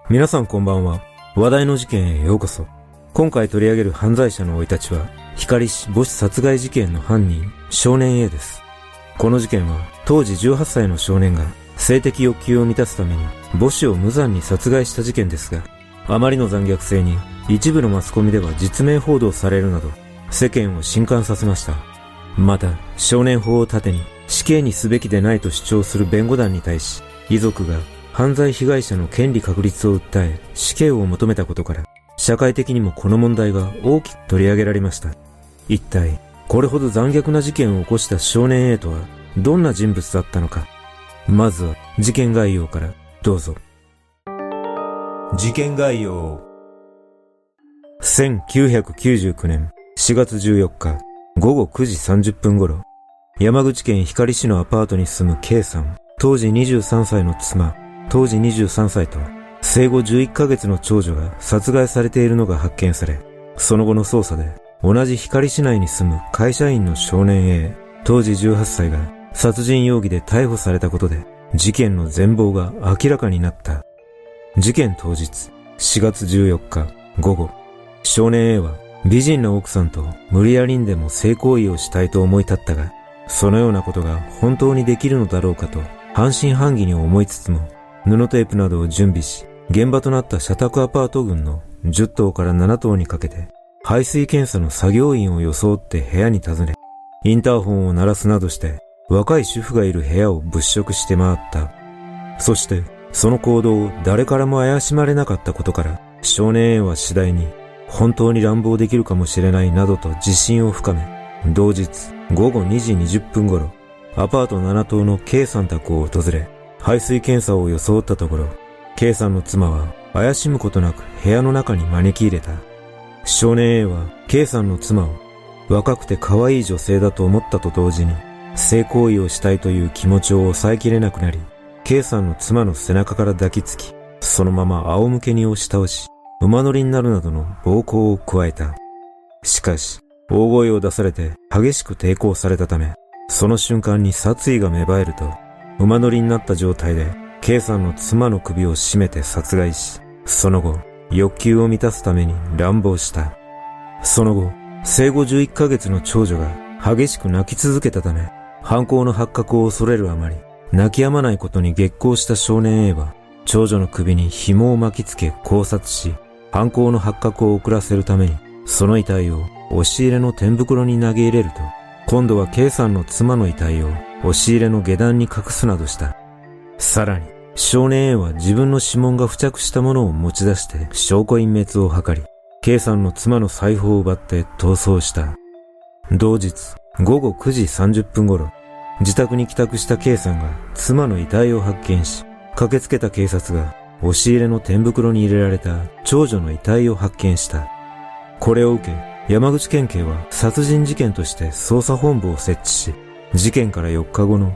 皆さんこんばんは。話題の事件へようこそ。今回取り上げる犯罪者の生い立ちは、光市母子殺害事件の犯人、少年 A です。この事件は、当時18歳の少年が、性的欲求を満たすために、母子を無残に殺害した事件ですが、あまりの残虐性に、一部のマスコミでは実名報道されるなど、世間を震撼させました。また、少年法を盾に、死刑にすべきでないと主張する弁護団に対し、遺族が、犯罪被害者の権利確立を訴え、死刑を求めたことから、社会的にもこの問題が大きく取り上げられました。一体、これほど残虐な事件を起こした少年 A とは、どんな人物だったのか。まずは、事件概要から、どうぞ。事件概要。1999年4月14日午後9時30分頃、山口県光市のアパートに住む K さん、当時23歳の妻、当時23歳と生後11ヶ月の長女が殺害されているのが発見され、その後の捜査で同じ光市内に住む会社員の少年 A、当時18歳が殺人容疑で逮捕されたことで事件の全貌が明らかになった。事件当日4月14日午後、少年 A は美人な奥さんと無理やりにでも性行為をしたいと思い立ったが、そのようなことが本当にできるのだろうかと半信半疑に思いつつも、布テープなどを準備し、現場となった社宅アパート群の10棟から7棟にかけて、排水検査の作業員を装って部屋に訪ね、インターホンを鳴らすなどして、若い主婦がいる部屋を物色して回った。そして、その行動を誰からも怪しまれなかったことから、少年 A は次第に、本当に乱暴できるかもしれないなどと自信を深め、同日午後2時20分頃、アパート7棟の K さん宅を訪れ、排水検査を装ったところ、K さんの妻は怪しむことなく部屋の中に招き入れた。少年 A は K さんの妻を若くて可愛い女性だと思ったと同時に、性行為をしたいという気持ちを抑えきれなくなり、K さんの妻の背中から抱きつき、そのまま仰向けに押し倒し、馬乗りになるなどの暴行を加えた。しかし、大声を出されて激しく抵抗されたため、その瞬間に殺意が芽生えると、馬乗りになった状態で K さんの妻の首を絞めて殺害し、その後、欲求を満たすために乱暴した。その後、生後11ヶ月の長女が激しく泣き続けたため、犯行の発覚を恐れるあまり、泣き止まないことに激高した少年 A は、長女の首に紐を巻きつけ絞殺し、犯行の発覚を遅らせるために、その遺体を押し入れの天袋に投げ入れると、今度は K さんの妻の遺体を押し入れの下段に隠すなどした。さらに、少年 A は自分の指紋が付着したものを持ち出して証拠隠滅を図り、K さんの妻の財布を奪って逃走した。同日、午後9時30分頃、自宅に帰宅した K さんが妻の遺体を発見し、駆けつけた警察が押し入れの天袋に入れられた長女の遺体を発見した。これを受け、山口県警は殺人事件として捜査本部を設置し、事件から4日後の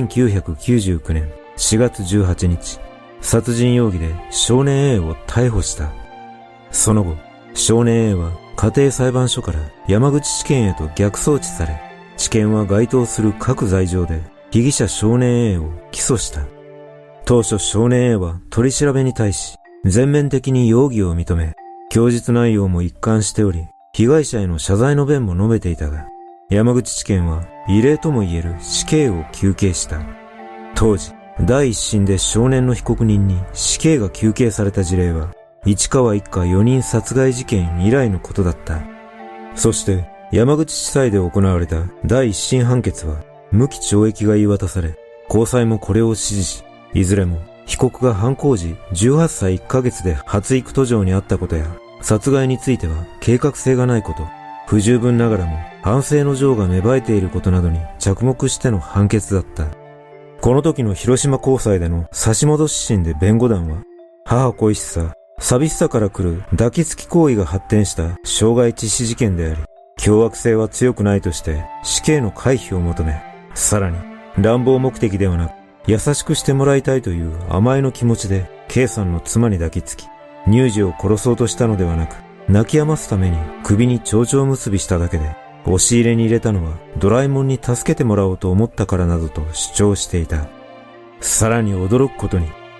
1999年4月18日、殺人容疑で少年 A を逮捕した。その後、少年 A は家庭裁判所から山口地検へと逆送致され、地検は該当する各罪状で被疑者少年 A を起訴した。当初少年 A は取り調べに対し全面的に容疑を認め、供述内容も一貫しており、被害者への謝罪の弁も述べていたが、山口地検は異例とも言える死刑を求刑した。当時、第一審で少年の被告人に死刑が求刑された事例は、市川一家4人殺害事件以来のことだった。そして、山口地裁で行われた第一審判決は、無期懲役が言い渡され、高裁もこれを支持し、いずれも被告が犯行時18歳1ヶ月で発育途上にあったことや、殺害については計画性がないこと、不十分ながらも反省の情が芽生えていることなどに着目しての判決だった。この時の広島高裁での差し戻し審で弁護団は、母恋しさ、寂しさから来る抱きつき行為が発展した傷害致死事件であり、凶悪性は強くないとして死刑の回避を求め、さらに乱暴目的ではなく優しくしてもらいたいという甘えの気持ちで K さんの妻に抱きつき、乳児を殺そうとしたのではなく、泣き止ますために首に蝶々結びしただけで、押し入れに入れたのはドラえもんに助けてもらおうと思ったからなどと主張していた。さらに驚くことに、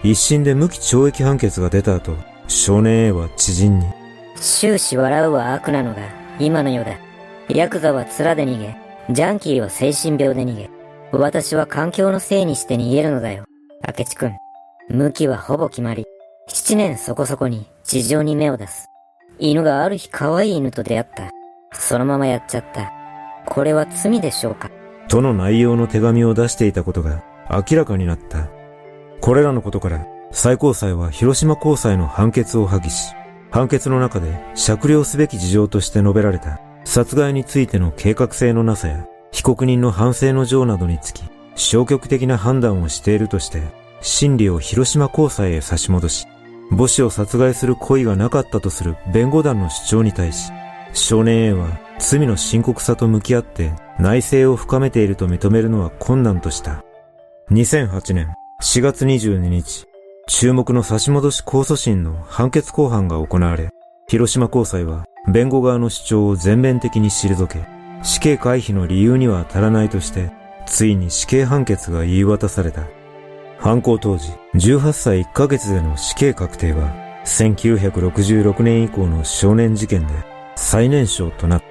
一審で無期懲役判決が出た後、少年 A は知人に、 終始笑うは悪なのが今の世だ。ヤクザは面で逃げ、ジャンキーは精神病で逃げ、私は環境のせいにして逃げるのだよ。明智くん、無期はほぼ決まり、7年そこそこに地上に目を出す。犬がある日可愛い犬と出会った。そのままやっちゃった。これは罪でしょうか。 との内容の手紙を出していたことが明らかになった。これらのことから最高裁は広島高裁の判決を破棄し、判決の中で酌量すべき事情として述べられた殺害についての計画性のなさや被告人の反省の情などにつき消極的な判断をしているとして審理を広島高裁へ差し戻し、母子を殺害する故意がなかったとする弁護団の主張に対し、少年 A は罪の深刻さと向き合って内省を深めていると認めるのは困難とした。2008年4月22日、注目の差し戻し控訴審の判決公判が行われ、広島高裁は弁護側の主張を全面的に退け、死刑回避の理由には当たらないとして、ついに死刑判決が言い渡された。犯行当時、18歳1ヶ月での死刑確定は、1966年以降の少年事件で最年少となった。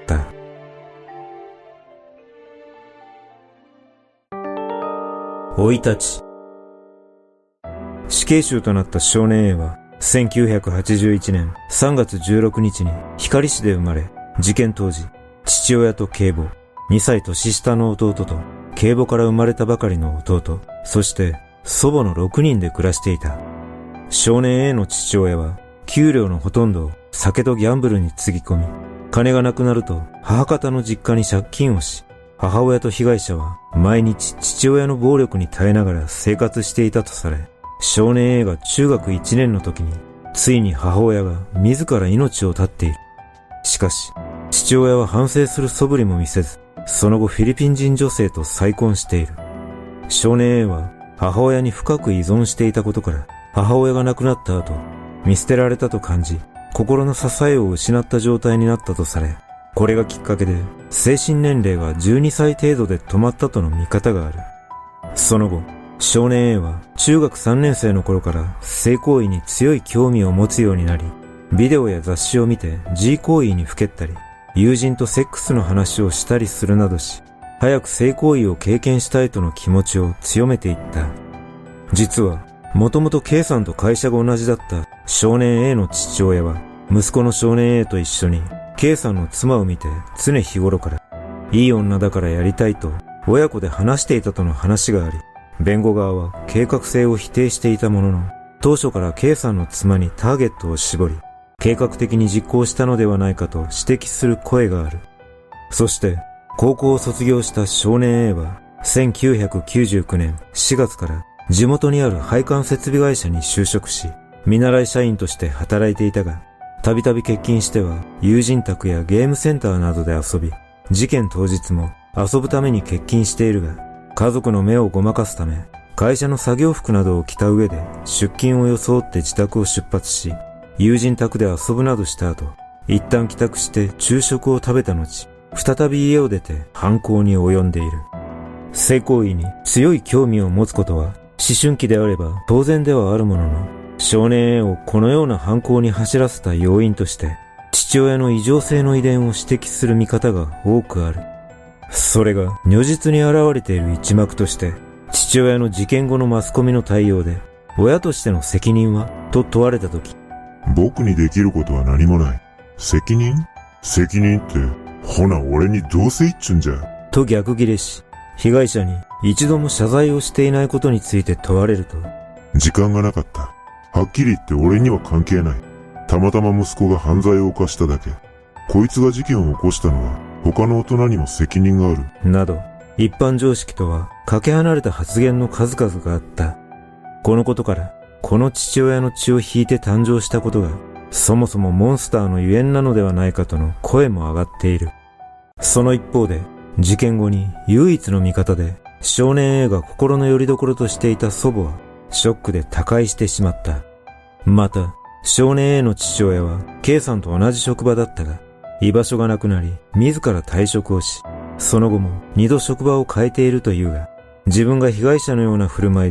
生い立ち。死刑囚となった少年 A は、1981年3月16日に光市で生まれ、事件当時、父親と継母、2歳年下の弟と、継母から生まれたばかりの弟、そして祖母の6人で暮らしていた。少年 A の父親は、給料のほとんどを酒とギャンブルにつぎ込み、金がなくなると母方の実家に借金をし、母親と被害者は毎日父親の暴力に耐えながら生活していたとされ、少年 A が中学1年の時に、ついに母親が自ら命を絶っている。しかし、父親は反省する素振りも見せず、その後フィリピン人女性と再婚している。少年 A は母親に深く依存していたことから、母親が亡くなった後、見捨てられたと感じ、心の支えを失った状態になったとされ、これがきっかけで精神年齢が12歳程度で止まったとの見方がある。その後、少年 A は中学3年生の頃から性行為に強い興味を持つようになり、ビデオや雑誌を見て G 行為にふけったり、友人とセックスの話をしたりするなどし、早く性行為を経験したいとの気持ちを強めていった。実は、もともと K さんと会社が同じだった少年 A の父親は、息子の少年 A と一緒に K さんの妻を見て常日頃から、いい女だからやりたいと親子で話していたとの話があり、弁護側は計画性を否定していたものの、当初から K さんの妻にターゲットを絞り、計画的に実行したのではないかと指摘する声がある。そして、高校を卒業した少年 A は、1999年4月から地元にある配管設備会社に就職し、見習い社員として働いていたが、たびたび欠勤しては友人宅やゲームセンターなどで遊び、事件当日も遊ぶために欠勤しているが、家族の目をごまかすため、会社の作業服などを着た上で出勤を装って自宅を出発し、友人宅で遊ぶなどした後、一旦帰宅して昼食を食べた後、再び家を出て犯行に及んでいる。性行為に強い興味を持つことは思春期であれば当然ではあるものの、少年 A をこのような犯行に走らせた要因として、父親の異常性の遺伝を指摘する見方が多くある。それが如実に現れている一幕として、父親の事件後のマスコミの対応で、親としての責任はと問われたとき、 僕にできることは何もない。責任って、ほな俺にどうせ一ちゅんじゃ。 と逆ギレし、被害者に一度も謝罪をしていないことについて問われると、 時間がなかった。はっきり言って俺には関係ない。たまたま息子が犯罪を犯しただけ。こいつが事件を起こしたのは他の大人にも責任がある。 など、一般常識とはかけ離れた発言の数々があった。このことから、この父親の血を引いて誕生したことが、そもそもモンスターのゆえんなのではないかとの声も上がっている。その一方で、事件後に唯一の味方で、少年 A が心の拠り所としていた祖母は、ショックで他界してしまった。また、少年 A の父親は、K さんと同じ職場だったが、居場所がなくなり、自ら退職をし、その後も2度職場を変えているというが、自分が被害者のような振る舞いで、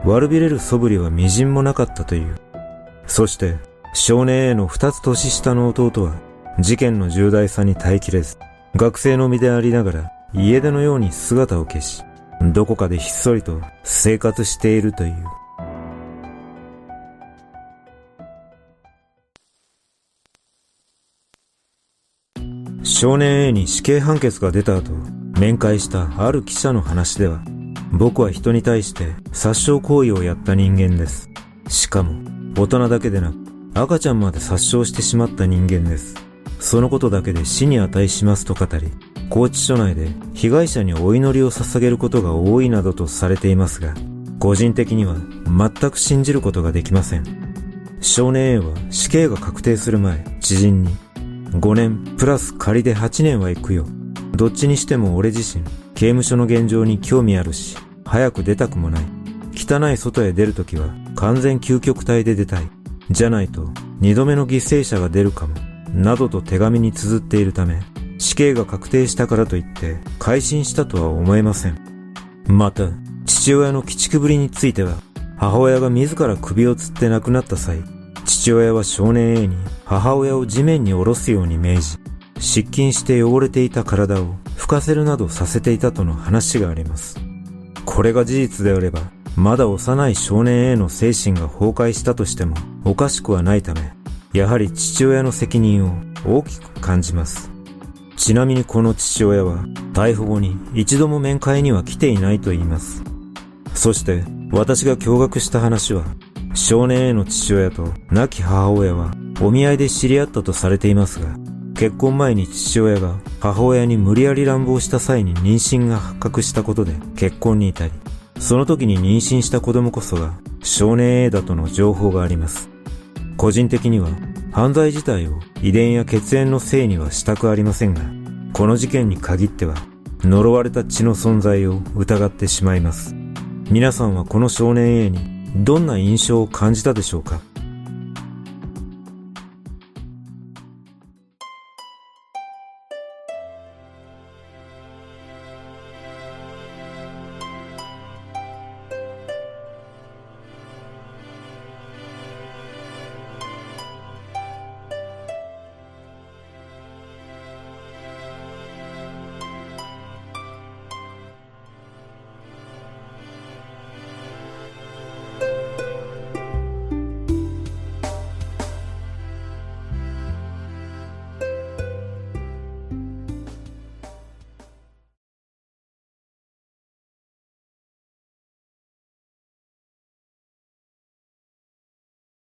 悪びれる素振りは微塵もなかったという。そして少年 A の2つ年下の弟は事件の重大さに耐えきれず、学生の身でありながら家出のように姿を消し、どこかでひっそりと生活しているという。少年 A に死刑判決が出た後、面会したある記者の話では、僕は人に対して殺傷行為をやった人間です。しかも大人だけでなく赤ちゃんまで殺傷してしまった人間です。そのことだけで死に値しますと語り、拘置所内で被害者にお祈りを捧げることが多いなどとされていますが、個人的には全く信じることができません。少年 A は死刑が確定する前、知人に5年プラス仮で8年は行くよ。どっちにしても俺自身、刑務所の現状に興味あるし、早く出たくもない。汚い外へ出るときは完全究極体で出たい。じゃないと2度目の犠牲者が出るかも。などと手紙に綴っているため、死刑が確定したからといって改心したとは思えません。また、父親の鬼畜ぶりについては、母親が自ら首を吊って亡くなった際、父親は少年 A に母親を地面に下ろすように命じ、失禁して汚れていた体を拭かせるなどさせていたとの話があります。これが事実であれば、まだ幼い少年 A の精神が崩壊したとしてもおかしくはないため、やはり父親の責任を大きく感じます。ちなみにこの父親は逮捕後に一度も面会には来ていないと言います。そして私が驚愕した話は、少年 A の父親と亡き母親はお見合いで知り合ったとされていますが、結婚前に父親が母親に無理やり乱暴した際に妊娠が発覚したことで結婚に至り、その時に妊娠した子供こそが少年 A だとの情報があります。個人的には犯罪自体を遺伝や血縁のせいにはしたくありませんが、この事件に限っては呪われた血の存在を疑ってしまいます。皆さんはこの少年 A にどんな印象を感じたでしょうか？